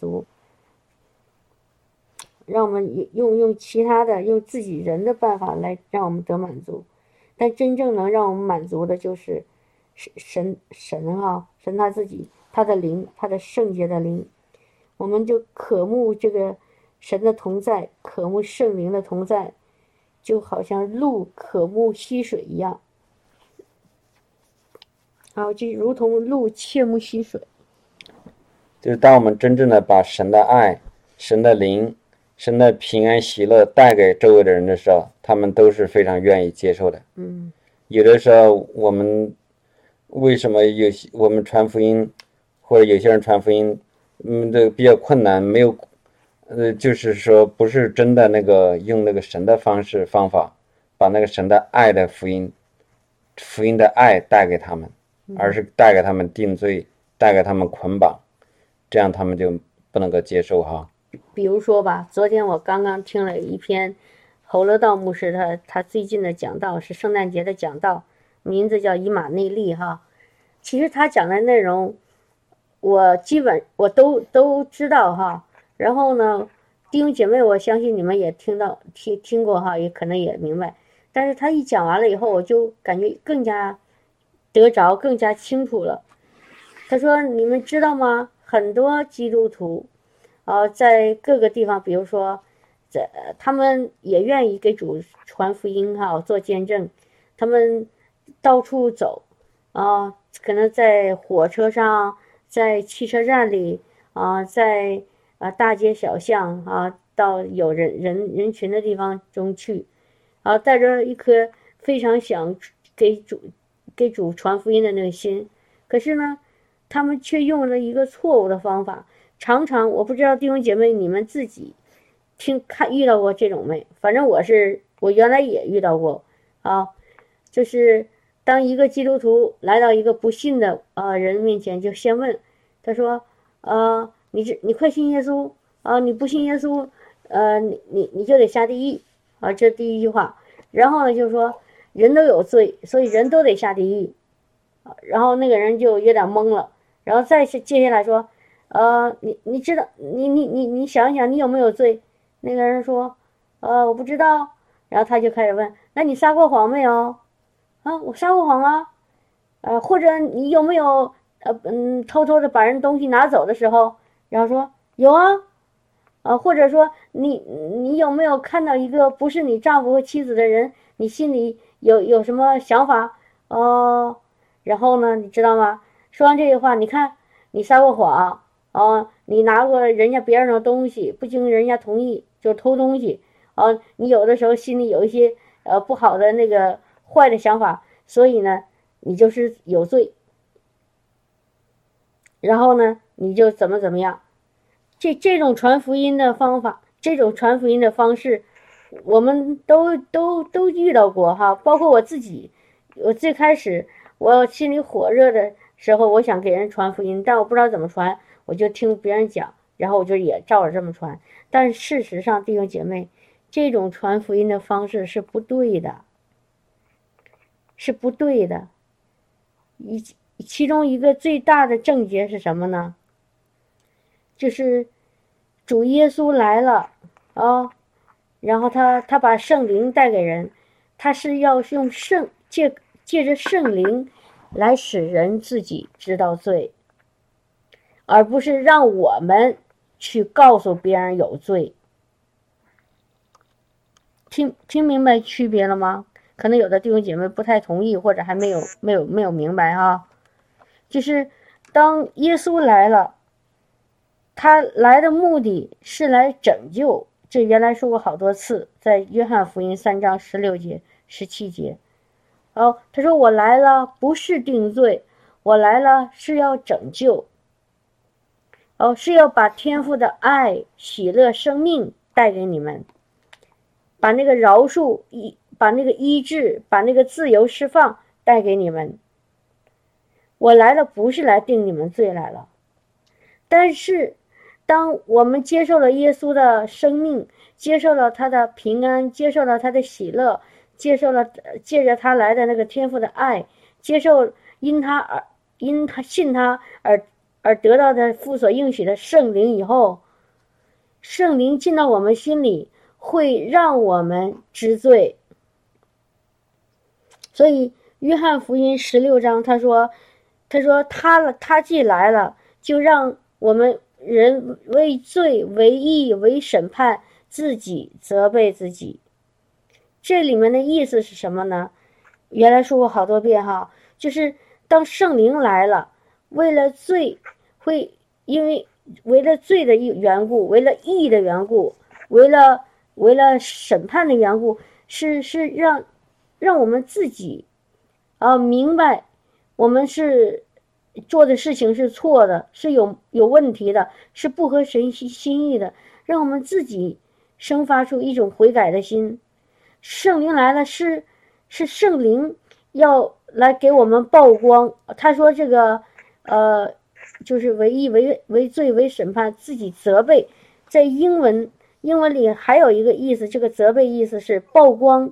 足，让我们用其他的用自己人的办法来让我们得满足，但真正能让我们满足的就是神他自己，他的灵，他的圣洁的灵，我们就渴慕这个神的同在，渴慕圣灵的同在，就好像鹿渴慕溪水一样，就如同鹿切慕溪水。 就是当我们真正的把神的爱、神的灵、神的平安喜乐带给周围的人的时候，他们都是非常愿意接受的。有的时候我们为什么我们传福音，或者有些人传福音，这比较困难，没有，就是说不是真的用那个神的方法，把那个神的爱的福音的爱带给他们，而是带给他们定罪，带给他们捆绑，这样他们就不能够接受哈。 比如说吧，昨天我刚刚听了一篇侯乐道牧师他最近的讲道，是圣诞节的讲道，名字叫以马内利哈。其实他讲的内容我基本我都知道哈。然后呢，弟兄姐妹，我相信你们也听过哈，也可能也明白。但是他一讲完了以后，我就感觉更加得着，更加清楚了。他说：“你们知道吗？很多基督徒在各个地方，比如说他们也愿意给主传福音哈，做见证。他们到处走可能在火车上，在汽车站里在大街小巷到有人群的地方中去带着一颗非常想给主传福音的那个心。可是呢，他们却用了一个错误的方法。常常我不知道弟兄姐妹你们自己遇到过这种没？反正我原来也遇到过就是当一个基督徒来到一个不信的人面前，就先问他说你快信耶稣你不信耶稣你就得下地狱这第一句话。然后呢就说人都有罪，所以人都得下地狱然后那个人就有点懵了，然后再接下来说你知道你想一想你有没有罪？那个人说我不知道。然后他就开始问，那你撒过谎没有？我撒过谎或者你有没有偷偷的把人东西拿走的时候？然后说有或者说你有没有看到一个不是你丈夫和妻子的人，你心里有什么想法然后呢你知道吗？说完这句话，你看你撒过谎你拿过人家别人的东西，不经人家同意就偷东西你有的时候心里有一些不好的那个坏的想法，所以呢你就是有罪。然后呢你就怎么样。这种传福音的方法，这种传福音的方式，我们都遇到过哈，包括我自己。我最开始我心里火热的时候，我想给人传福音，但我不知道怎么传，我就听别人讲，然后我就也照着这么传。但事实上弟兄姐妹，这种传福音的方式是不对的，是不对的。其中一个最大的症结是什么呢？就是主耶稣来了然后他把圣灵带给人，他是要用借着圣灵来使人自己知道罪，而不是让我们去告诉别人有罪。听明白区别了吗？可能有的弟兄姐妹不太同意，或者还没有明白就是当耶稣来了，他来的目的是来拯救，这原来说过好多次，在约翰福音3章16节17节他说我来了不是定罪，我来了是要拯救是要把天父的爱喜乐生命带给你们，把那个饶恕把那个医治，把那个自由释放带给你们。我来了不是来定你们罪来了。但是当我们接受了耶稣的生命，接受了他的平安，接受了他的喜乐，接受了借着他来的那个天父的爱，接受因他信他而而得到的父所应许的圣灵以后，圣灵进到我们心里，会让我们知罪。所以约翰福音16章他说他既来了，就让我们人为罪为义为审判，自己责备自己。这里面的意思是什么呢？原来说过好多遍哈，就是当圣灵来了，为了罪因为了罪的缘故，为了义的缘故，为了审判的缘故，是让我们自己明白我们是做的事情是错的，是有问题的，是不合神心意的，让我们自己生发出一种悔改的心。圣灵来了，是圣灵要来给我们曝光。他说这个就是为义为罪为审判，自己责备。在英文里还有一个意思，这个责备意思是曝光，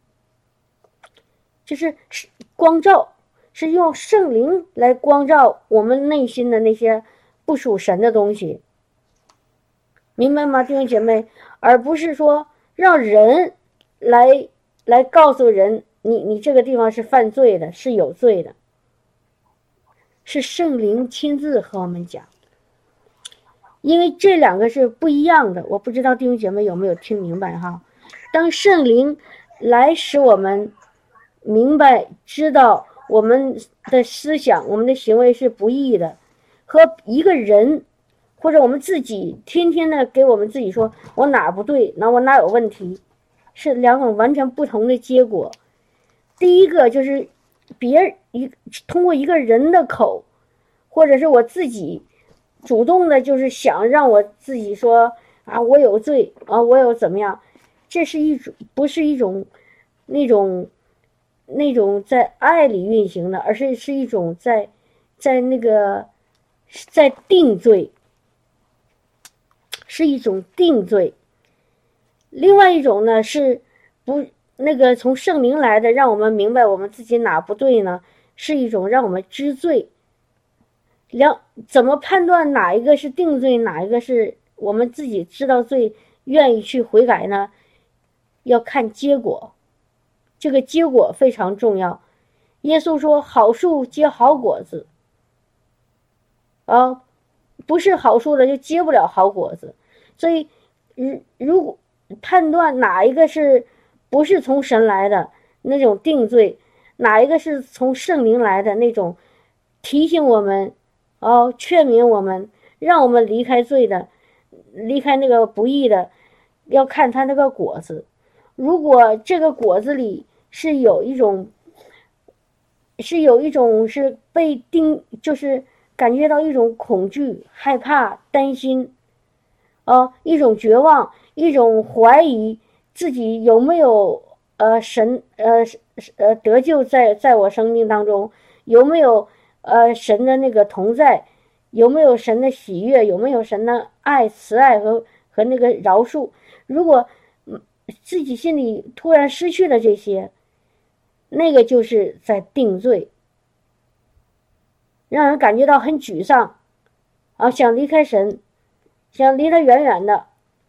就是光照，是用圣灵来光照我们内心的那些不属神的东西，明白吗，弟兄姐妹？而不是说让人来告诉人你这个地方是犯罪的，是有罪的，是圣灵亲自和我们讲。因为这两个是不一样的，我不知道弟兄姐妹有没有听明白哈。当圣灵来使我们明白知道我们的思想我们的行为是不义的，和一个人或者我们自己天天的给我们自己说我哪不对，那我哪有问题，是两种完全不同的结果。第一个就是通过一个人的口，或者是我自己主动的就是想让我自己说我有罪我有怎么样，这是不是一种那种在爱里运行的，而是一种在定罪，是一种定罪。另外一种呢是从圣灵来的，让我们明白我们自己哪不对呢，是一种让我们知罪。怎么判断哪一个是定罪，哪一个是我们自己知道罪愿意去悔改呢？要看结果，这个结果非常重要。耶稣说好树结好果子不是好树的就结不了好果子。所以如果判断哪一个不是从神来的那种定罪，哪一个是从圣灵来的那种提醒我们劝勉我们，让我们离开罪的，离开那个不义的，要看他那个果子。如果这个果子里是有一种是被就是感觉到一种恐惧害怕担心一种绝望，一种怀疑自己有没有神得救在我生命当中，有没有神的那个同在，有没有神的喜悦，有没有神的爱慈爱和那个饶恕。如果自己心里突然失去了这些，那个就是在定罪，让人感觉到很沮丧想离开神，想离他远远的，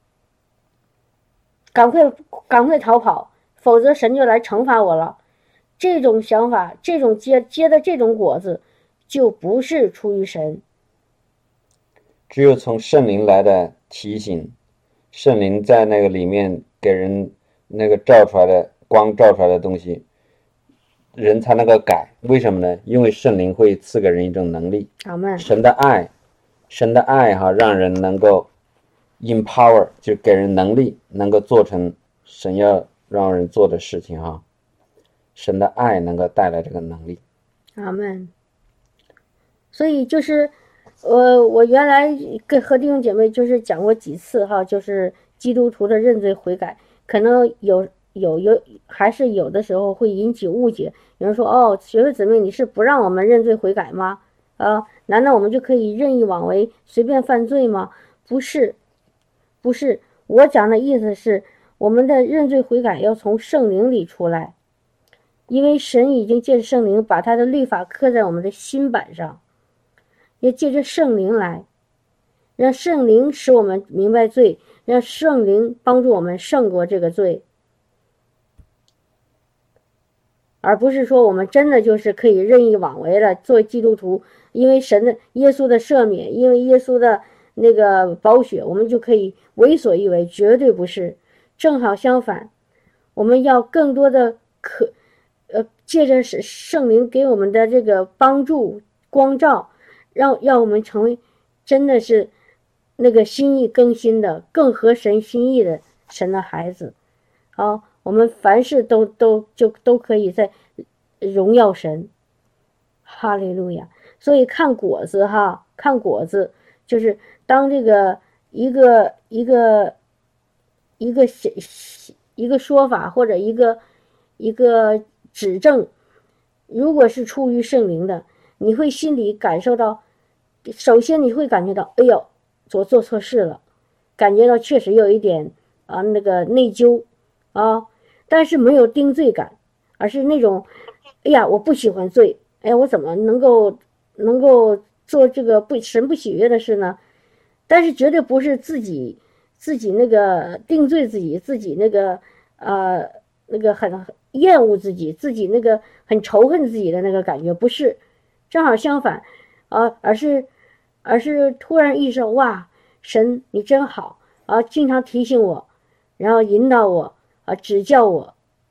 赶快逃跑，否则神就来惩罚我了。这种想法，这种结的这种果子就不是出于神。 只有从圣灵来的提醒，圣灵在那个里面给人那个光照出来的东西，人才能够改。为什么呢？因为圣灵会赐给人一种能力。神的爱让人能够 empower， 就给人能力，能够做成神要让人做的事情神的爱能够带来这个能力。 阿们。所以就是我原来和弟兄姐妹就是讲过几次就是基督徒的认罪悔改，可能还是有的时候会引起误解。有人说学会姊妹，你是不让我们认罪悔改吗？难道我们就可以任意妄为随便犯罪吗？不是，我讲的意思是我们的认罪悔改要从圣灵里出来，因为神已经借圣灵把他的律法刻在我们的心板上， 也借着圣灵来，让圣灵使我们明白罪，让圣灵帮助我们胜过这个罪，而不是说我们真的就是可以任意妄为了。作为基督徒，因为耶稣的赦免，因为耶稣的那个宝血，我们就可以为所欲为，绝对不是。正好相反，我们要更多的借着圣灵给我们的这个帮助光照，让我们成为真的是那个心意更新的、更合神心意的神的孩子。好，我们凡事都可以在荣耀神。哈利路亚！所以看果子哈，看果子就是当这个一个说法或者一个指证，如果是出于圣灵的，你会心里感受到，首先你会感觉到，哎呦，我做错事了，感觉到确实有一点那个内疚但是没有定罪感，而是那种，哎呀，我不喜欢罪，哎呀，我怎么能够做这个神不喜悦的事呢？但是绝对不是自己那个定罪自己那个很厌恶自己那个很仇恨自己的那个感觉，不是，正好相反而是突然意识到，哇，神你真好经常提醒我，然后引导我指教我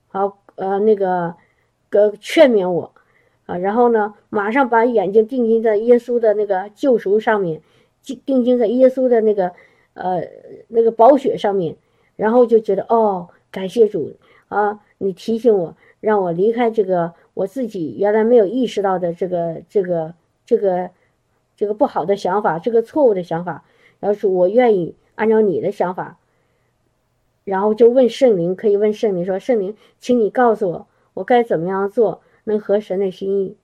劝勉我然后呢马上把眼睛定睛在耶稣的那个救赎上面，定睛在耶稣的那个宝血上面，然后就觉得感谢主你提醒我，让我离开这个我自己原来没有意识到的这个不好的想法，这个错误的想法，然后是我愿意按照你的想法，然后就问圣灵，可以问圣灵说，圣灵，请你告诉我，我该怎么样做能合神的心意。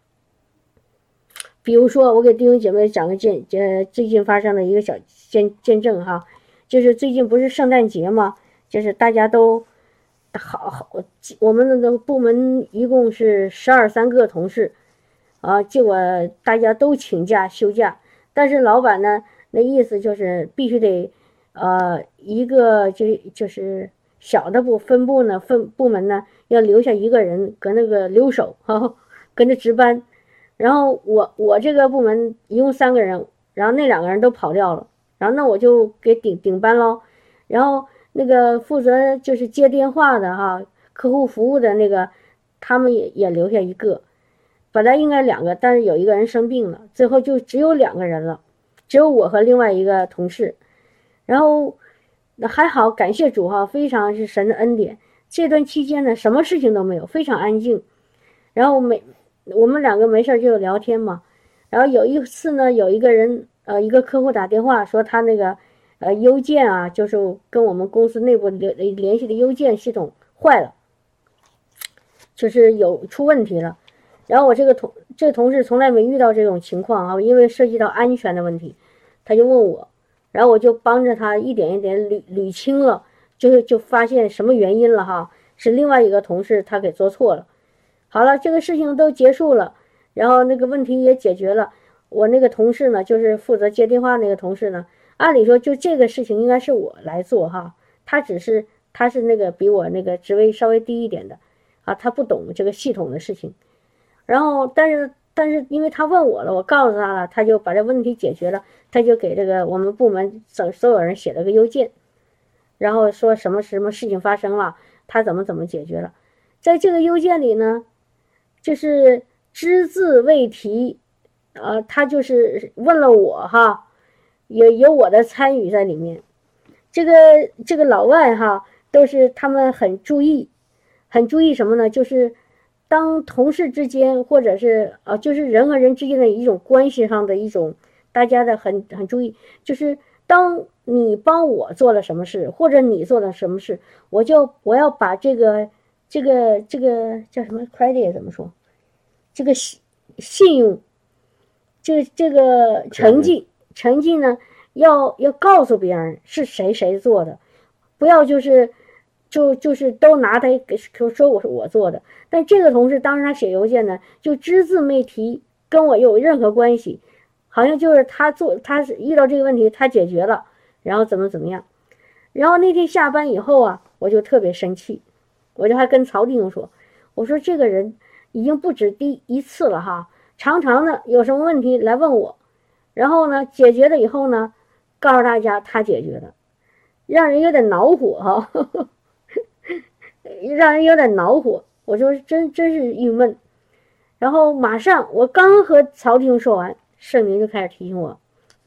比如说我给弟兄姐妹讲个最近发生的一个小见证哈，就是最近不是圣诞节吗？就是大家都我们的部门一共是3个同事结果大家都请假休假，但是老板呢那意思就是必须得一个就是小的分部门呢要留下一个人搁那个留守跟着值班。然后我这个部门一共3个人，然后那2个人都跑掉了，然后那我就给顶班咯。然后那个负责就是接电话的客户服务的那个，他们也留下一个，本来应该2个，但是有一个人生病了，最后就只有2个人了，只有我和另外一个同事。然后还好，感谢主非常是神的恩典，这段期间呢什么事情都没有，非常安静。然后我们2个没事就聊天嘛，然后有一次呢，有一个人一个客户打电话说他那个邮件就是跟我们公司内部联系的邮件系统坏了，就是出问题了。然后我这个同事从来没遇到这种情况因为涉及到安全的问题，他就问我，然后我就帮着他一点一点捋清了，就发现什么原因了是另外一个同事他给做错了。好了，这个事情都结束了，然后那个问题也解决了。我那个同事呢，就是负责接电话那个同事呢，按理说就这个事情应该是我来做他是那个比我那个职位稍微低一点的他不懂这个系统的事情。然后但是因为他问我了，我告诉他了，他就把这问题解决了，他就给这个我们部门所有人写了个邮件，然后说什么事情发生了，他怎么解决了。在这个邮件里呢，就是只字未提他就是问了我有我的参与在里面。这个老外都是他们很注意什么呢？就是当同事之间或者是就是人和人之间的一种关系上的一种大家的很注意，就是当你帮我做了什么事，或者你做了什么事，我要把这个叫什么 credit 怎么说？这个信用，这个成绩呢，要告诉别人是谁做的，不要就是都拿他说我做的。但这个同事当时他写邮件呢，就只字没提跟我有任何关系好像就是他遇到这个问题他解决了，然后怎么样。然后那天下班以后啊，我就特别生气，我就还跟曹弟兄说，我说这个人已经不止第一次了哈，常常的有什么问题来问我，然后呢解决了以后呢，告诉大家他解决了，让人有点恼火哈，让人有点恼火。我说真是郁闷。然后马上我刚和曹弟兄说完，圣灵就开始提醒我。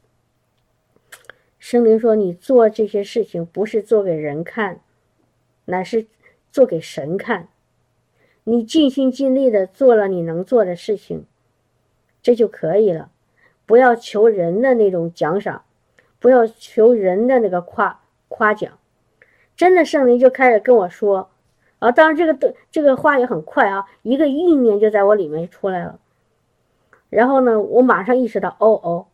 圣灵说，你做这些事情不是做给人看，乃是做给神看。你尽心尽力的做了你能做的事情，这就可以了。不要求人的那种奖赏，不要求人的那个夸奖。真的，圣灵就开始跟我说啊，当然这个话也很快啊，一个意念就在我里面出来了。然后呢，我马上意识到，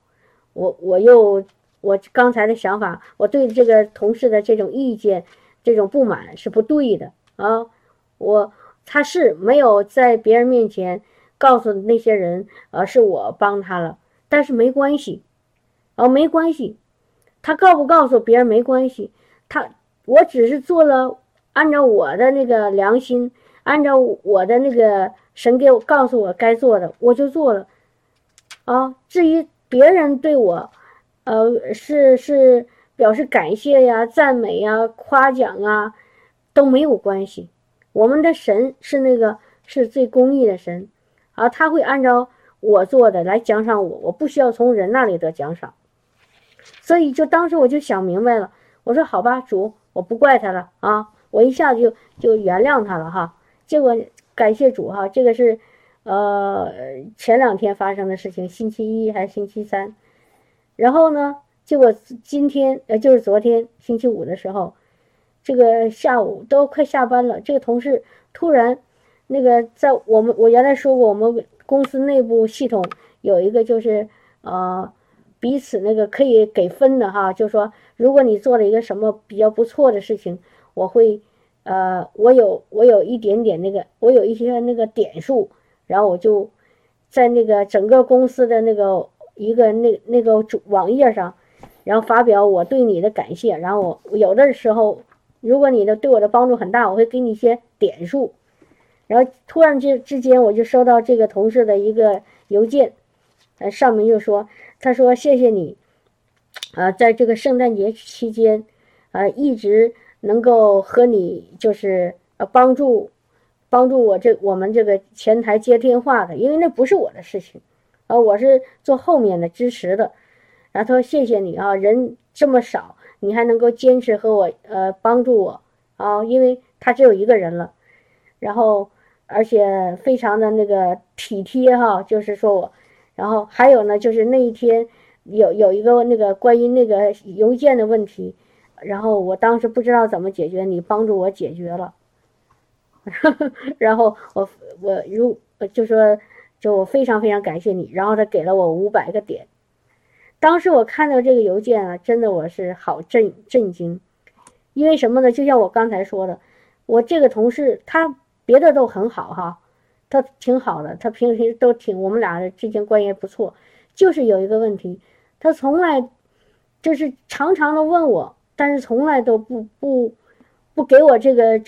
我刚才的想法，我对这个同事的这种意见、这种不满是不对的啊。他是没有在别人面前告诉那些人，是我帮他了，但是没关系，没关系，他告诉别人没关系，我只是做了按照我的那个良心，按照我的那个神告诉我该做的，我就做了啊。至于别人对我是表示感谢呀、赞美呀、夸奖啊，都没有关系。我们的神是最公义的神啊，他会按照我做的来奖赏我，我不需要从人那里得奖赏。所以当时我就想明白了，我说好吧，主，我不怪他了啊，我一下子就原谅他了哈。结果感谢主哈，这个是前2天发生的事情，星期一还是星期三。然后呢，结果今天就是昨天星期五的时候，这个下午都快下班了，这个同事突然那个在我原来说过，我们公司内部系统有一个就是彼此那个可以给分的哈，就是说如果你做了一个什么比较不错的事情，我会我有一点点那个，我有一些那个点数，然后我就在那个整个公司的那个一个那个网页上，然后发表我对你的感谢，然后我有的时候如果你对我的帮助很大，我会给你一些点数。然后突然之间我就收到这个同事的一个邮件，上面就说，他说谢谢你在这个圣诞节期间一直能够和你就是帮助我们这个前台接电话的，因为那不是我的事情我是做后面的支持的。然后他说谢谢你啊，人这么少，你还能够坚持和我帮助我因为他只有一个人了，然后而且非常的那个体贴哈，就是说我。然后还有呢，就是那一天有一个那个关于那个邮件的问题，然后我当时不知道怎么解决，你帮助我解决了。然后我就说我非常非常感谢你，然后他给了我500个点。当时我看到这个邮件啊，真的我是好震惊，因为什么呢？就像我刚才说的，我这个同事他别的都很好哈，他挺好的，他平时都我们俩之间关系不错，就是有一个问题，他从来就是常常的问我，但是从来都不给我这个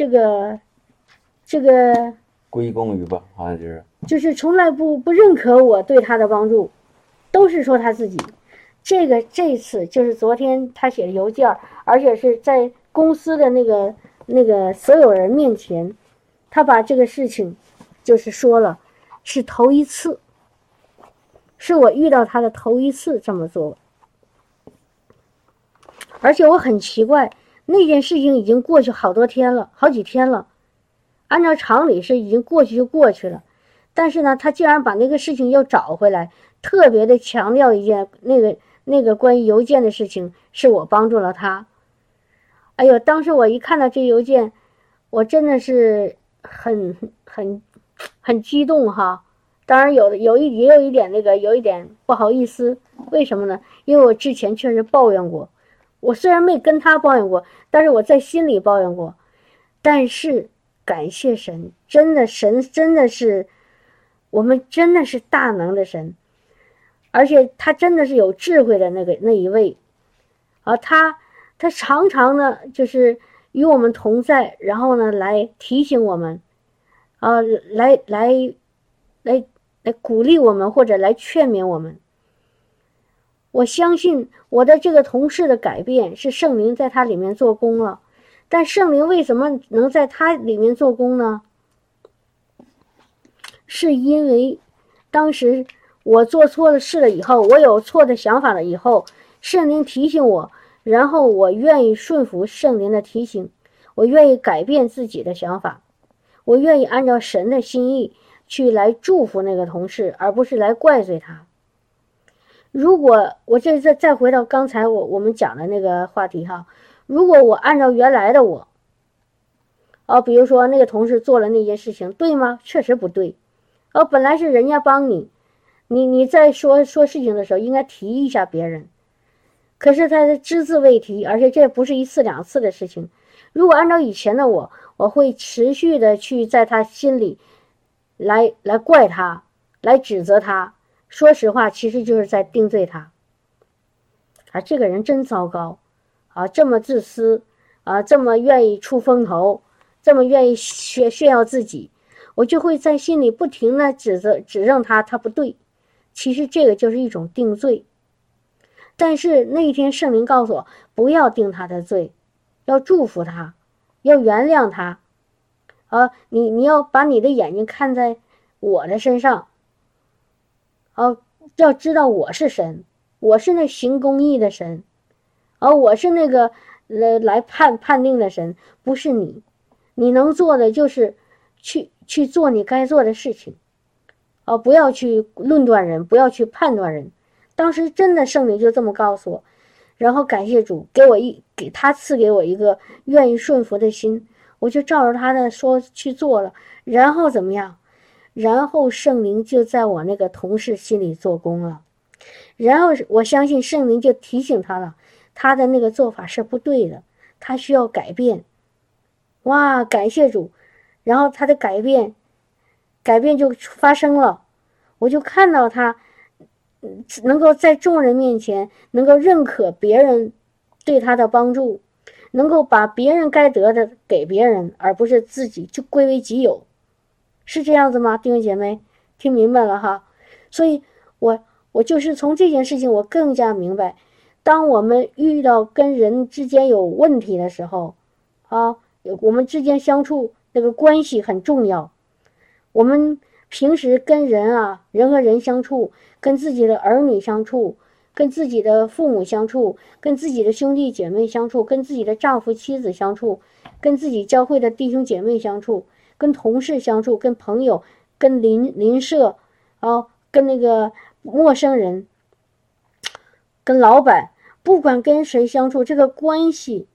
归功于吧，好像就是从来不认可我对他的帮助，都是说他自己。这次就是昨天他写的邮件，而且是在公司的那个所有人面前，他把这个事情就是说了，是头一次，是我遇到他的头一次这么做。而且我很奇怪，那件事情已经过去好几天了，按照常理是已经过去就过去了，但是呢，他竟然把那个事情又找回来，特别的强调一件那个关于邮件的事情，是我帮助了他。哎呦，当时我一看到这邮件，我真的是很激动哈。当然也有一点有一点不好意思，为什么呢？因为我之前确实抱怨过，我虽然没跟他抱怨过，但是我在心里抱怨过。但是感谢神，神真的是我们真的是大能的神而且他真的是有智慧的那一位啊，他常常呢就是与我们同在，然后呢来提醒我们啊，来鼓励我们，或者来劝勉我们。我相信我的这个同事的改变是圣灵在他里面做工了，但圣灵为什么能在他里面做工呢？是因为当时我做错了事了以后，我有错的想法了以后，圣灵提醒我，然后我愿意顺服圣灵的提醒，我愿意改变自己的想法，我愿意按照神的心意去来祝福那个同事，而不是来怪罪他。如果我再回到刚才我们讲的那个话题哈，如果我按照原来的我，比如说那个同事做了那件事情，对吗？确实不对。本来是人家帮你在说事情的时候应该提一下别人，可是他只字未提，而且这不是一次两次的事情。如果按照以前的我会持续的去在他心里来怪他，来指责他。说实话，其实就是在定罪他。这个人真糟糕这么自私这么愿意出风头，这么愿意炫耀自己，我就会在心里不停的指认他不对。其实这个就是一种定罪。但是那一天圣灵告诉我，不要定他的罪，要祝福他，要原谅他你要把你的眼睛看在我的身上要知道我是神，我是那行公义的神我是那个来判定的神，不是你。你能做的就是去做你该做的事情不要去论断人，不要去判断人。当时真的圣灵就这么告诉我，然后感谢主给他赐给我一个愿意顺服的心，我就照着他的说去做了。然后怎么样？然后圣灵就在我那个同事心里做工了，然后我相信圣灵就提醒他了，他的那个做法是不对的，他需要改变。哇，感谢主！然后他的改变就发生了，我就看到他能够在众人面前能够认可别人对他的帮助，能够把别人该得的给别人，而不是自己就归为己有。是这样子吗？弟兄姐妹听明白了哈。所以我就是从这件事情我更加明白，当我们遇到跟人之间有问题的时候我们之间相处那个关系很重要。我们平时跟人和人相处，跟自己的儿女相处，跟自己的父母相处，跟自己的兄弟姐妹相处，跟自己的丈夫妻子相处，跟自己教会的弟兄姐妹相处，跟同事相处，跟朋友，跟邻舍跟那个陌生人，跟老板，不管跟谁相处，这个关系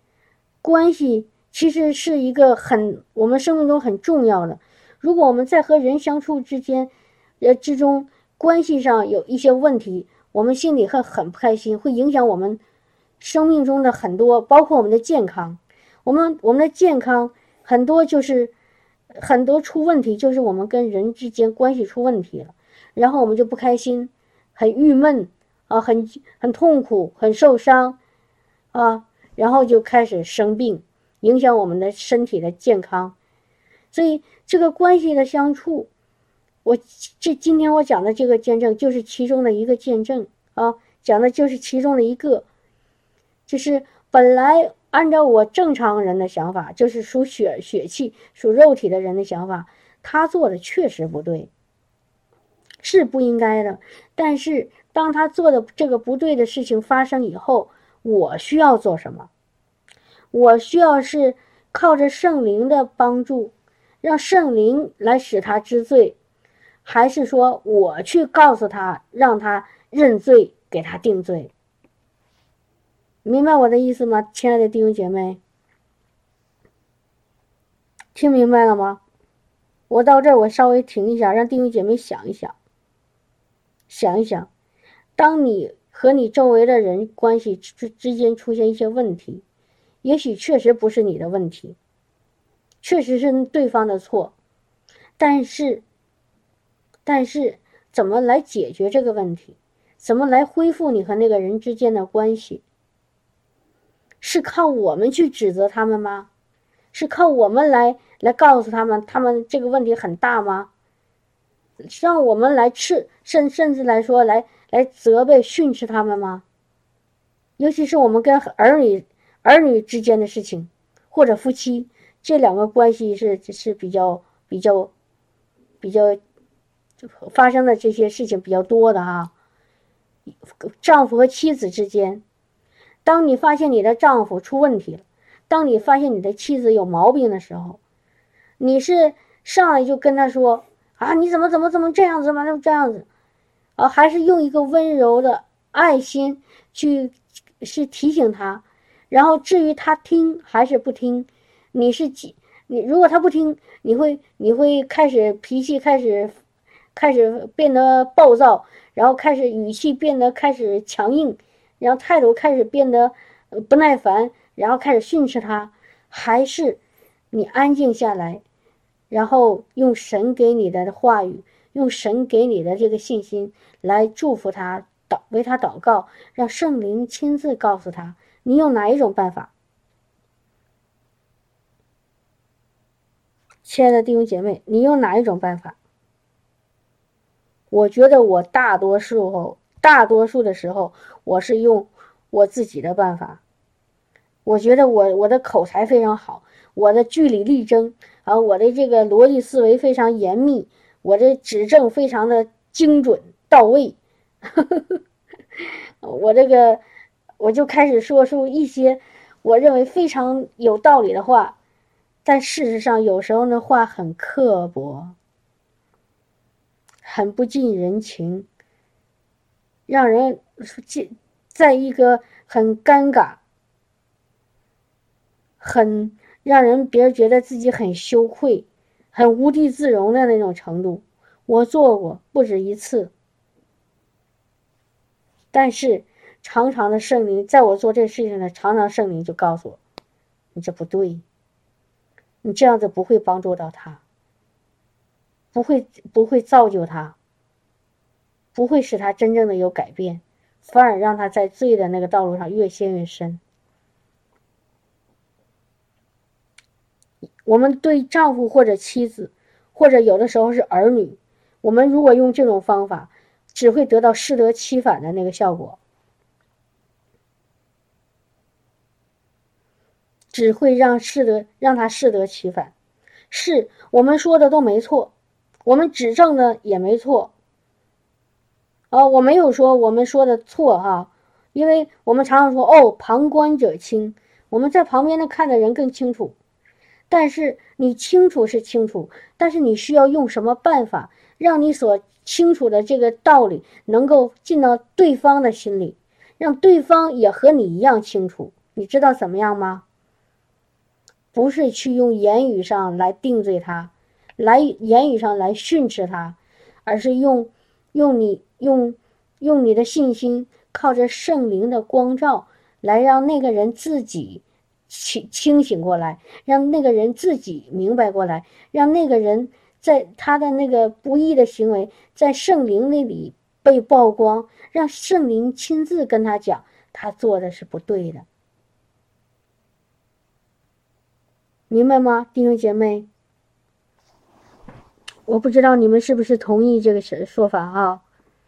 其实是一个我们生命中很重要的。如果我们在和人相处之中关系上有一些问题，我们心里很不开心，会影响我们生命中的很多，包括我们的健康。我们的健康很多出问题，就是我们跟人之间关系出问题了，然后我们就不开心，很郁闷很痛苦，很受伤然后就开始生病，影响我们的身体的健康。所以这个关系的相处，今天我讲的这个见证就是其中的一个见证讲的就是其中的一个，就是本来按照我正常人的想法，就是属血气属肉体的人的想法，他做的确实不对，是不应该的。但是当他做的这个不对的事情发生以后，我需要做什么？我需要是靠着圣灵的帮助，让圣灵来使他知罪，还是说我去告诉他，让他认罪，给他定罪？明白我的意思吗，亲爱的弟兄姐妹？听明白了吗？我到这儿我稍微停一下，让弟兄姐妹想一想，当你和你周围的人关系之间出现一些问题，也许确实不是你的问题，确实是对方的错，但是怎么来解决这个问题？ 怎么来恢复你和那个人之间的关系？是靠我们去指责他们吗？是靠我们来告诉他们这个问题很大吗？让我们来甚至来说来责备训斥他们吗？尤其是我们跟儿女之间的事情，或者夫妻，这两个关系是比较发生的这些事情比较多的哈。丈夫和妻子之间，当你发现你的丈夫出问题了，当你发现你的妻子有毛病的时候，你是上来就跟他说啊，你怎么这样子，怎么这样子啊？还是用一个温柔的爱心去提醒他，然后至于他听还是不听，你如果他不听，你会开始脾气开始变得暴躁，然后开始语气变得开始强硬，然后态度开始变得不耐烦，然后开始训斥他，还是你安静下来，然后用神给你的话语，用神给你的这个信心来祝福他，为他祷告，让圣灵亲自告诉他，你用哪一种办法？亲爱的弟兄姐妹，你用哪一种办法？我觉得我大多数的时候，我是用我自己的办法。我觉得我的口才非常好，我的据理力争啊，我的这个逻辑思维非常严密，我的指正非常的精准到位。我就开始说出一些我认为非常有道理的话，但事实上有时候那话很刻薄，很不近人情，让人在一个很尴尬，很让别人觉得自己很羞愧，很无地自容的那种程度。我做过不止一次，但是常常的圣灵在我做这事情的，常常圣灵就告诉我，你这不对，你这样子不会帮助到他，不会造就他，不会使他真正的有改变，反而让他在罪的那个道路上越陷越深。我们对丈夫或者妻子，或者有的时候是儿女，我们如果用这种方法，只会得到适得其反的那个效果，只会让他适得其反。是我们说的都没错，我们指正的也没错。我没有说我们说的错哈，因为我们常常说旁观者清，我们在旁边的看的人更清楚。但是你清楚是清楚，但是你需要用什么办法，让你所清楚的这个道理能够进到对方的心里，让对方也和你一样清楚。你知道怎么样吗？不是去用言语上来定罪他，言语上来训斥他，而是用你的信心，靠着圣灵的光照，来让那个人自己清醒过来，让那个人自己明白过来，让那个人在他的那个不义的行为在圣灵那里被曝光，让圣灵亲自跟他讲他做的是不对的。明白吗，弟兄姐妹？我不知道你们是不是同意这个说法啊？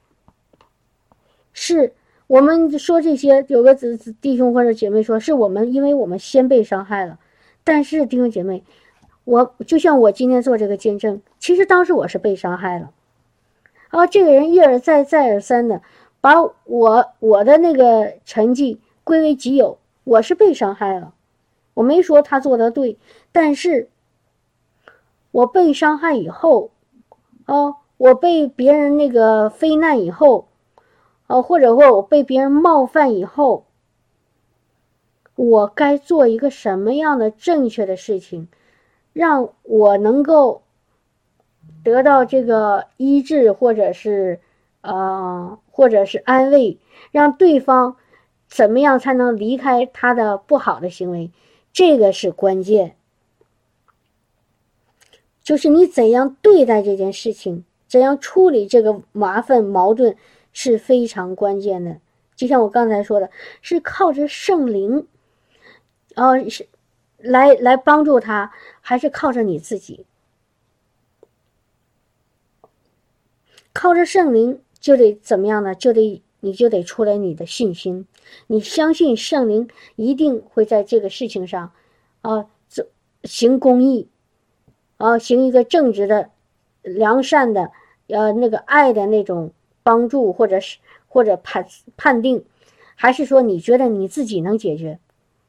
是我们说这些，有个弟兄或者姐妹说，是因为我们先被伤害了。但是弟兄姐妹，就像我今天做这个见证，其实当时我是被伤害了。这个人一而再再而三的把我的那个成绩归为己有，我是被伤害了。我没说他做的对，但是我被伤害以后，我被别人那个非难以后，或者我被别人冒犯以后，我该做一个什么样的正确的事情，让我能够得到这个医治，或者是安慰，让对方怎么样才能离开他的不好的行为，这个是关键。就是你怎样对待这件事情，怎样处理这个麻烦矛盾， 是非常关键的。就像我刚才说的，是靠着圣灵，是来帮助他，还是靠着你自己？靠着圣灵就得怎么样呢？你就得出来你的信心，你相信圣灵一定会在这个事情上，行公义，行一个正直的、良善的，那个爱的那种帮助，或者判定，还是说你觉得你自己能解决？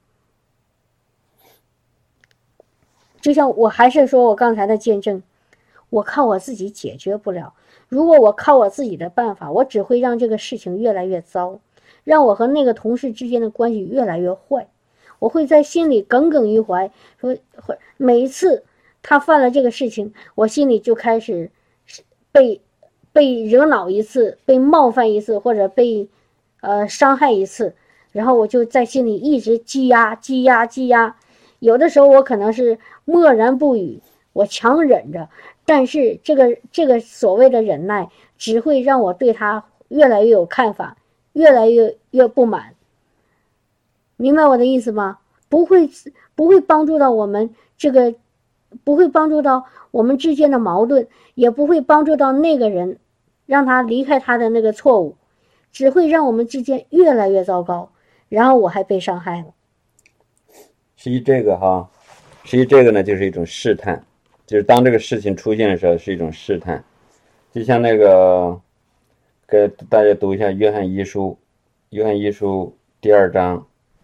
就像我还是说我刚才的见证，我靠我自己解决不了。如果我靠我自己的办法，我只会让这个事情越来越糟，让我和那个同事之间的关系越来越坏。我会在心里耿耿于怀，说每一次他犯了这个事情，我心里就开始被惹恼一次，被冒犯一次，或者被伤害一次，然后我就在心里一直积压。有的时候我可能是默然不语，我强忍着，但是这个所谓的忍耐，只会让我对他越来越有看法，越来越不满。明白我的意思吗？不会帮助到我们不会帮助到我们之间的矛盾，也不会帮助到那个人，让他离开他的那个错误，只会让我们之间越来越糟糕，然后我还被伤害了。 实际这个呢，就是一种试探，就是当这个事情出现的时候，是一种试探。就像那个，给大家读一下约翰一书第2章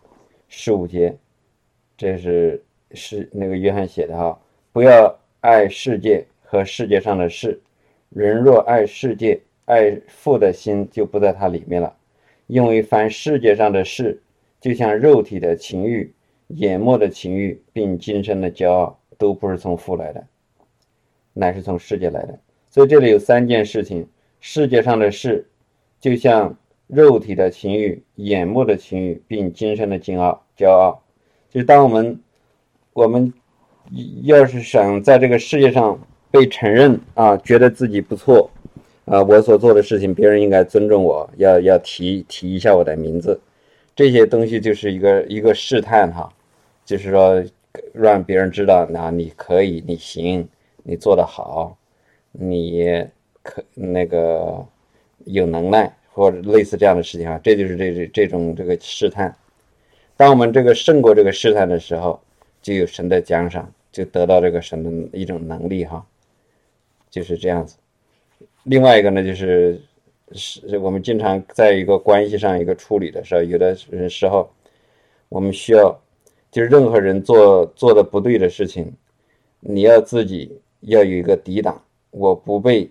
15节，这是那个约翰写的哈。不要爱世界和世界上的事，人若爱世界，爱父的心就不在他里面了。因为凡世界上的事，就像肉体的情欲、眼目的情欲，并今生的骄傲，都不是从父来的，乃是从世界来的。所以这里有3件事情：世界上的事，就像肉体的情欲、眼目的情欲，并今生的骄傲。就是当我们要是想在这个世界上被承认觉得自己不错我所做的事情别人应该尊重我，要提一下我的名字，这些东西就是一个试探就是说让别人知道你可以，你行，你做得好，你那个有能耐，或者类似这样的事情这就是这种试探。当我们胜过这个试探的时候，就有神的奖赏，就得到这个神的一种能力就是这样子。另外一个呢，就是我们经常在一个关系上一个处理的时候，有的时候我们需要，就是任何人做的不对的事情，你要自己要有一个抵挡，我不被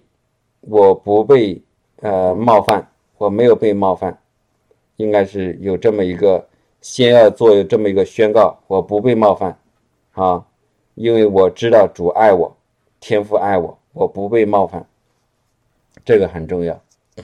冒犯，我没有被冒犯，应该是有这么一个，先要做这么一个宣告，我不被冒犯因为我知道主爱我，天父爱我，我不被冒犯，这个很重要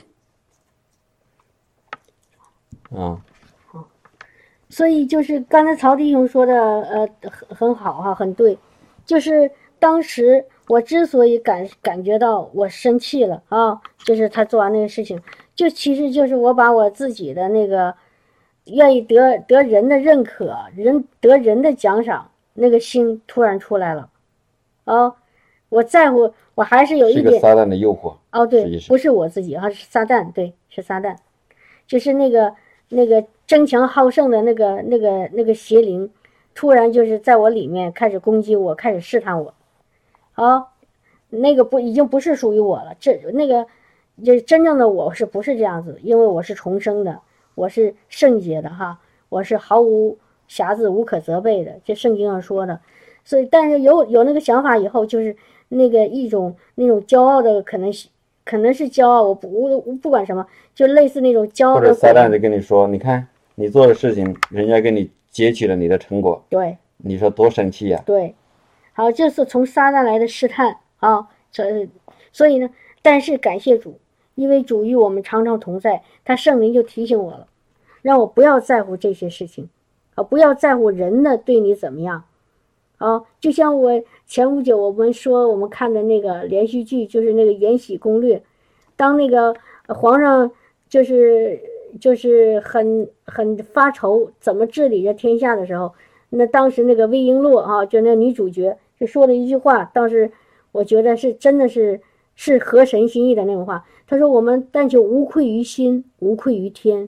所以就是刚才曹弟兄说的很好很对，就是当时我之所以感觉到我生气了就是他做完那个事情，就其实就是我把我自己的那个愿意得人的认可，得人的奖赏那个心突然出来了我在乎，我还是有一点， 是个撒旦的诱惑对，不是我自己是撒旦，对，是撒旦，就是那个争强好胜的那个邪灵，突然就是在我里面开始攻击我，开始试探我那个已经不是属于我了，就是真正的我是不是这样子？因为我是重生的，我是圣洁的我是毫无瑕疵、无可责备的，这圣经上说的。所以但是有那个想法以后，就是那个那种骄傲的，可能是骄傲，我不管什么，就类似那种骄傲的， 或者撒旦就跟你说，你看你做的事情，人家给你截取了你的成果， 对， 你说多生气呀对，好，这是从撒旦来的试探所以呢，但是感谢主，因为主与我们常常同在，他圣灵就提醒我了，让我不要在乎这些事情不要在乎人的对你怎么样就像我前不久我们看的那个连续剧，就是那个《延禧攻略》，当那个皇上就是很发愁怎么治理这天下的时候，那当时那个魏璎珞啊，就那女主角就说了一句话，当时我觉得是真的是合神心意的那种话。她说：“我们但求无愧于心，无愧于天。”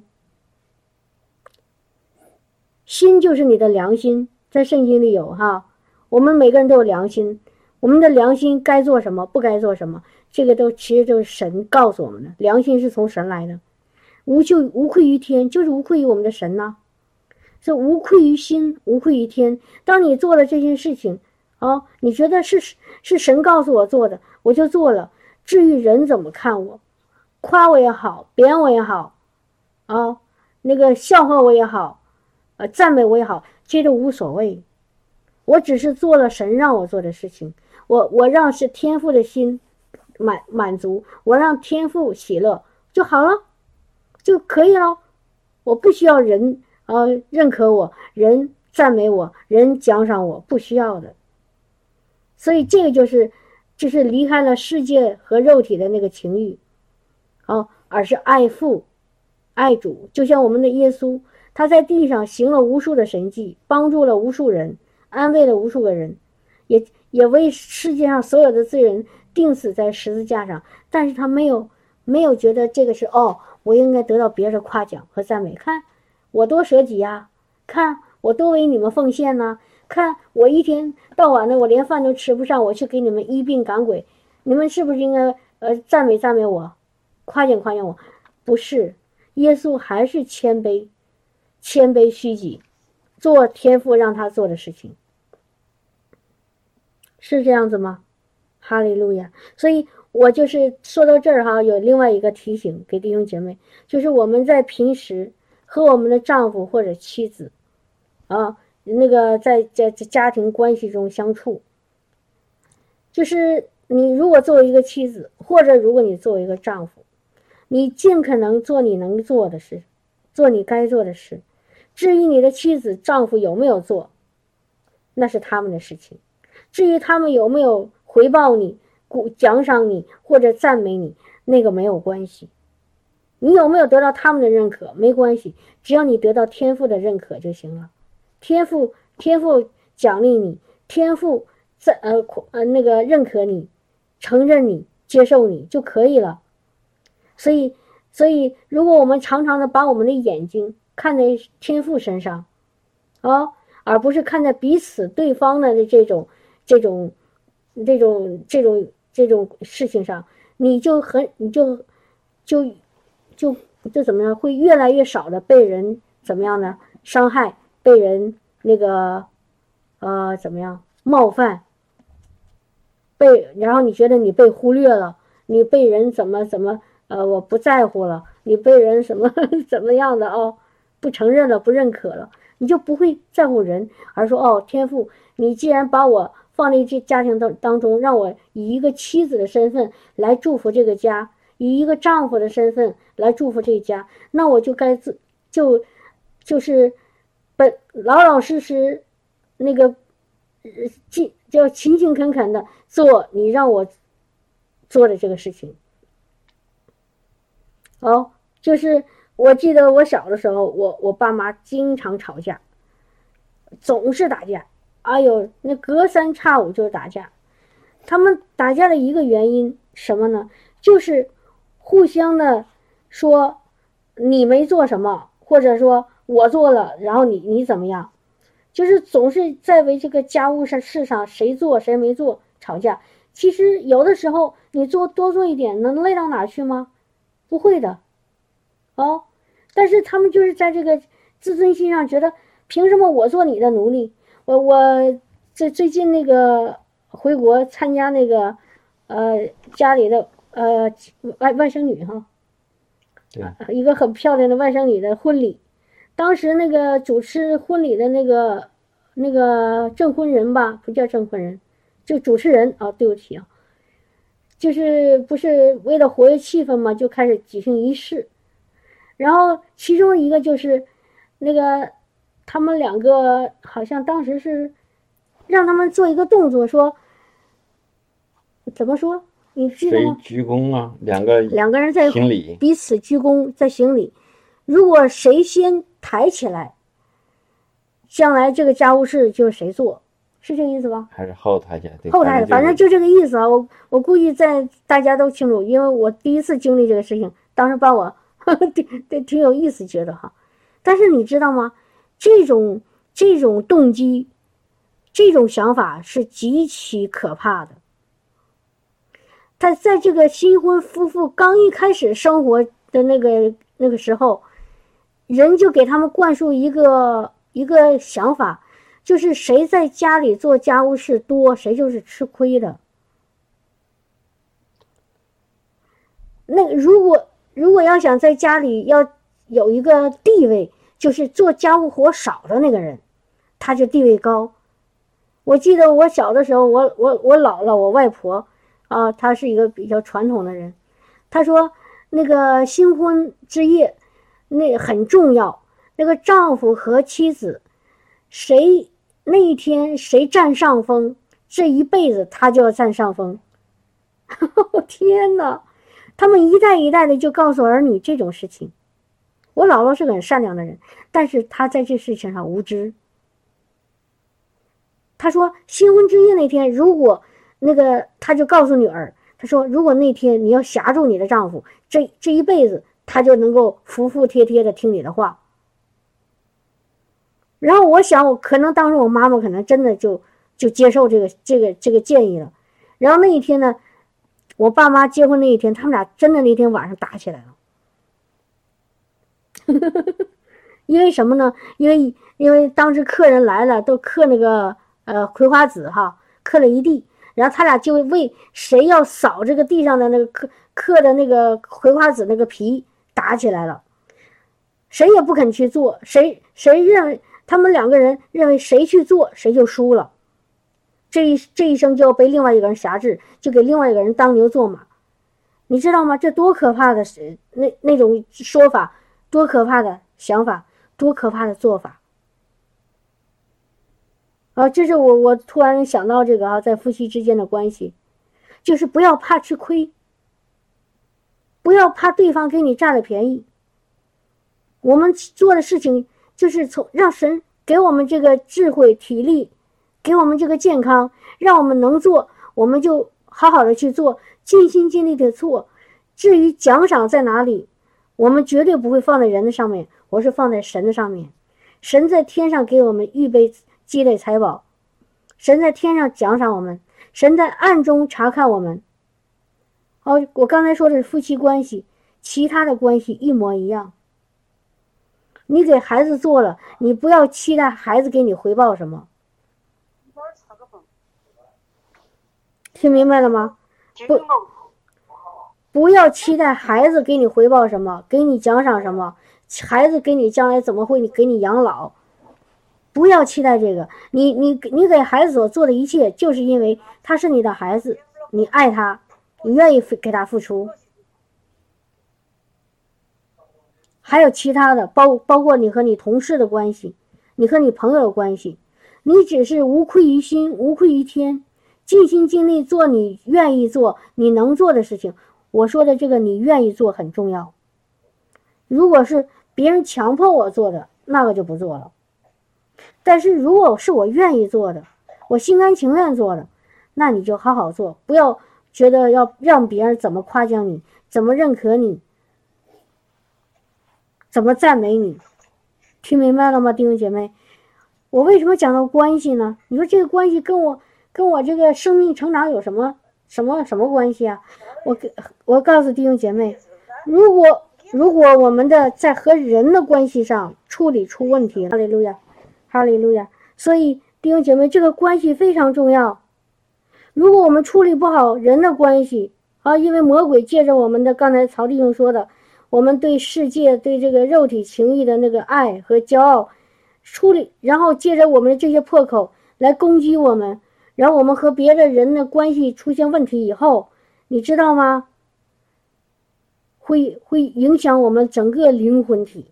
心就是你的良心，在圣经里有哈。我们每个人都有良心，我们的良心该做什么，不该做什么，这个其实都是神告诉我们的。良心是从神来的，无愧于天，就是无愧于我们的神呐。是无愧于心，无愧于天。当你做了这件事情啊，你觉得是神告诉我做的，我就做了。至于人怎么看我，夸我也好，贬我也好，啊，那个笑话我也好，赞美我也好，这都无所谓。我只是做了神让我做的事情，我让是天父的心满足，我让天父喜乐就好了，就可以了。我不需要人认可我，人赞美我，人奖赏我，不需要的。所以这个就是离开了世界和肉体的那个情欲，而是爱父爱主。就像我们的耶稣，他在地上行了无数的神迹，帮助了无数人，安慰了无数个人，也为世界上所有的罪人钉死在十字架上。但是他没有觉得这个是我应该得到别人的夸奖和赞美。看我多舍己呀，看我多为你们奉献呢，看我一天到晚的我连饭都吃不上，我去给你们医病赶鬼，你们是不是应该赞美我，夸奖我？不是，耶稣还是谦卑虚己，做天父让他做的事情，是这样子吗？哈利路亚！所以我就是说到这儿哈，有另外一个提醒给弟兄姐妹，就是我们在平时和我们的丈夫或者妻子那个在家庭关系中相处，就是你如果作为一个妻子，或者如果你作为一个丈夫，你尽可能做你能做的事，做你该做的事。至于你的妻子丈夫有没有做，那是他们的事情。至于他们有没有回报你，奖赏你或者赞美你，那个没有关系。你有没有得到他们的认可没关系，只要你得到天父的认可就行了。天父奖励你，天父那个认可你，承认你，接受你就可以了。所以如果我们常常的把我们的眼睛看在天父身上而不是看在彼此对方的这种事情上，你就怎么样，会越来越少的被人怎么样呢？伤害，被人那个怎么样冒犯，然后你觉得你被忽略了，你被人怎么我不在乎了，你被人什么怎么样的不承认了，不认可了，你就不会在乎人，而说天父，你既然把我放在这家庭当中，让我以一个妻子的身份来祝福这个家，以一个丈夫的身份来祝福这个家，那我就该就是老老实实那个就勤勤恳恳的做你让我做的这个事情。就是我记得我小的时候，我爸妈经常吵架，总是打架，那隔三差五就是打架。他们打架的一个原因什么呢？就是互相的说你没做什么，或者说我做了，然后你怎么样，就是总是在为这个家务事上谁做谁没做吵架。其实有的时候你多做一点，能累到哪去吗？不会的但是他们就是在这个自尊心上觉得，凭什么我做你的奴隶？我最近那个回国参加那个家里的外甥女一个很漂亮的外甥女的婚礼。当时那个主持婚礼的那个证婚人吧，不叫证婚人，就主持人对不起就是不是为了活跃气氛嘛，就开始举行仪式。然后其中一个就是那个他们两个好像当时是让他们做一个动作，说怎么说你记得吗？ 谁鞠躬啊？两个人在行礼， 彼此鞠躬，在行礼。如果谁先抬起来，将来这个家务事就是谁做，是这个意思吧？ 还是后抬起来？对， 后抬，反正就这个意思啊。我估计大家都清楚，因为我第一次经历这个事情，当时把我挺有意思，觉得哈。但是你知道吗？这种动机，这种想法是极其可怕的。他在这个新婚夫妇刚一开始生活的那个时候，人就给他们灌输一个想法，就是谁在家里做家务事多，谁就是吃亏的。那如果要想在家里要有一个地位，就是做家务活少的那个人，他就地位高。我记得我小的时候，我姥姥，我外婆啊，她是一个比较传统的人。她说那个新婚之夜那很重要，那个丈夫和妻子那一天谁占上风，这一辈子他就要占上风。天哪，他们一代一代的就告诉儿女这种事情。我姥姥是个很善良的人，但是她在这事情上无知。他说新婚之夜那天，如果他就告诉女儿，他说如果那天你要挟住你的丈夫，这一辈子他就能够服服帖帖的听你的话。然后我想，可能当时我妈妈可能真的就接受这个建议了。然后那一天呢，我爸妈结婚那一天，他们俩真的那天晚上打起来了。因为什么呢？因为当时客人来了，都嗑那个葵花籽哈，嗑了一地，然后他俩就为谁要扫这个地上的那个嗑的那个葵花籽那个皮打起来了。谁也不肯去做，谁认为他们两个人认为谁去做谁就输了，这一生就要被另外一个人辖制，就给另外一个人当牛做马。你知道吗？这多可怕的那种说法，多可怕的想法，多可怕的做法。这是我突然想到这个在夫妻之间的关系，就是不要怕吃亏，不要怕对方给你占了便宜。我们做的事情就是让神给我们这个智慧体力，给我们这个健康，让我们能做，我们就好好的去做，尽心尽力的做。至于奖赏在哪里，我们绝对不会放在人的上面，我是放在神的上面。神在天上给我们预备积累财宝，神在天上奖赏我们，神在暗中查看我们。我刚才说的是夫妻关系，其他的关系一模一样。你给孩子做了，你不要期待孩子给你回报什么。听明白了吗？不要期待孩子给你回报什么，给你奖赏什么，孩子给你将来怎么会给你养老，不要期待这个。你给孩子所做的一切，就是因为他是你的孩子，你爱他，你愿意给他付出。还有其他的，包括你和你同事的关系，你和你朋友的关系，你只是无愧于心，无愧于天，尽心尽力做你愿意做你能做的事情。我说的这个你愿意做很重要。如果是别人强迫我做的，那个就不做了。但是如果是我愿意做的，我心甘情愿做的，那你就好好做，不要觉得要让别人怎么夸奖你，怎么认可你，怎么赞美你。听明白了吗，弟兄姐妹？我为什么讲到关系呢？你说这个关系跟我这个生命成长有什么关系啊？我告诉弟兄姐妹，如果我们在和人的关系上处理出问题，哈利路亚，哈利路亚。所以弟兄姐妹，这个关系非常重要。如果我们处理不好人的关系因为魔鬼借着我们的刚才曹弟兄说的，我们对世界对这个肉体情欲的那个爱和骄傲处理，然后借着我们的这些破口来攻击我们，然后我们和别的人的关系出现问题以后，你知道吗？会影响我们整个灵魂体，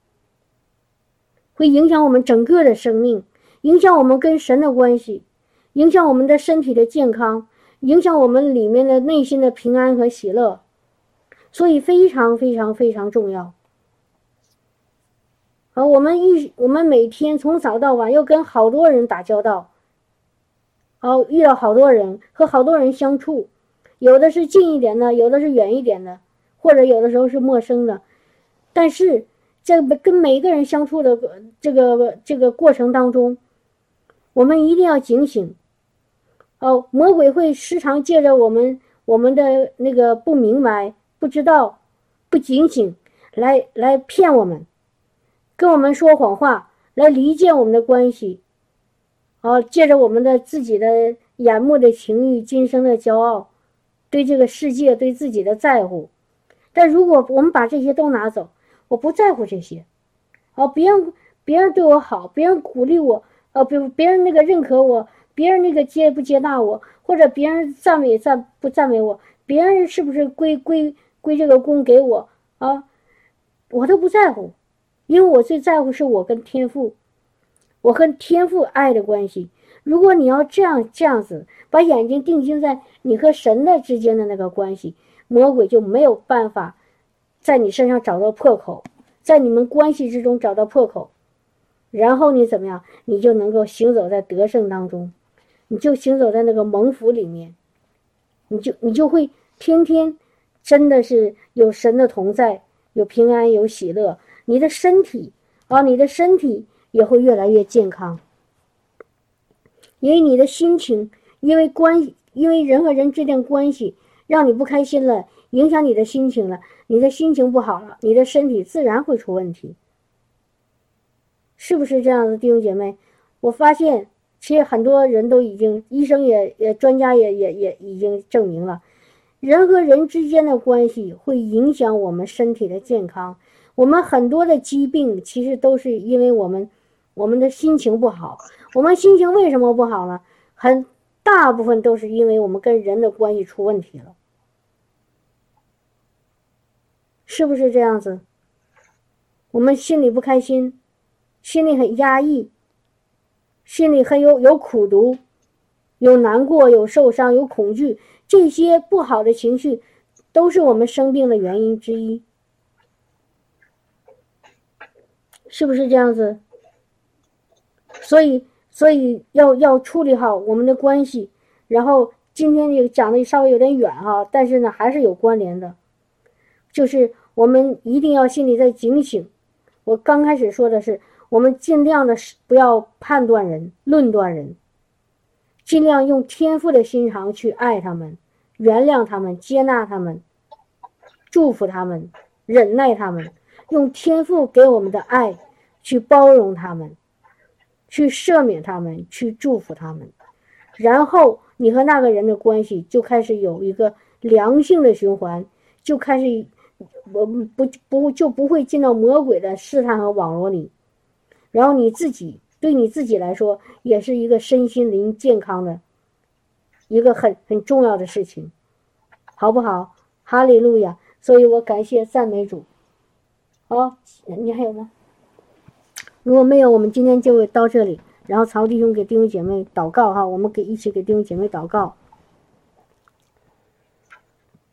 会影响我们整个的生命，影响我们跟神的关系，影响我们的身体的健康， 影响我们里面的内心的平安和喜乐，所以非常非常非常重要。我们每天从早到晚要跟好多人打交道，遇到好多人，和好多人相处，有的是近一点的，有的是远一点的，或者有的时候是陌生的。但是在跟每一个人相处的这个过程当中，我们一定要警醒。魔鬼会时常借着我们的那个不明白、不知道、不警醒来骗我们，跟我们说谎话，来离间我们的关系。借着我们的自己的眼目的情欲、今生的骄傲，对这个世界、对自己的在乎。但如果我们把这些都拿走，我不在乎这些，别人对我好，别人鼓励我，别人那个认可我，别人那个接不接纳我，或者别人赞美不赞美我，别人是不是归这个功给我我都不在乎，因为我最在乎是我跟天父爱的关系。如果你要这样子把眼睛定睛在你和神的之间的那个关系，魔鬼就没有办法在你身上找到破口，在你们关系之中找到破口，然后你怎么样？你就能够行走在得胜当中，你就行走在那个蒙福里面，你就会天天真的是有神的同在，有平安，有喜乐。你的身体也会越来越健康，因为你的心情，因为人和人之间关系让你不开心了，影响你的心情了，你的心情不好了，你的身体自然会出问题。是不是这样的，弟兄姐妹？我发现其实很多人都已经，医生专家也已经证明了，人和人之间的关系会影响我们身体的健康。我们很多的疾病其实都是因为我们的心情不好。我们心情为什么不好呢？很大部分都是因为我们跟人的关系出问题了。是不是这样子？我们心里不开心，心里很压抑，心里很有苦毒，有难过，有受伤，有恐惧，这些不好的情绪都是我们生病的原因之一。是不是这样子？所以要处理好我们的关系。然后今天也讲的稍微有点远但是呢还是有关联的，就是我们一定要心里在警醒。我刚开始说的是，我们尽量的不要判断人、论断人，尽量用天父的心肠去爱他们，原谅他们，接纳他们，祝福他们，忍耐他们，用天父给我们的爱去包容他们，去赦免他们，去祝福他们。然后你和那个人的关系就开始有一个良性的循环，就开始就不会进到魔鬼的试探和网络里。然后对你自己来说也是一个身心灵健康的一个很重要的事情，好不好？哈利路亚！所以我感谢赞美主。你还有吗？如果没有，我们今天就到这里。然后曹弟兄给弟兄姐妹祷告我们一起给弟兄姐妹祷告。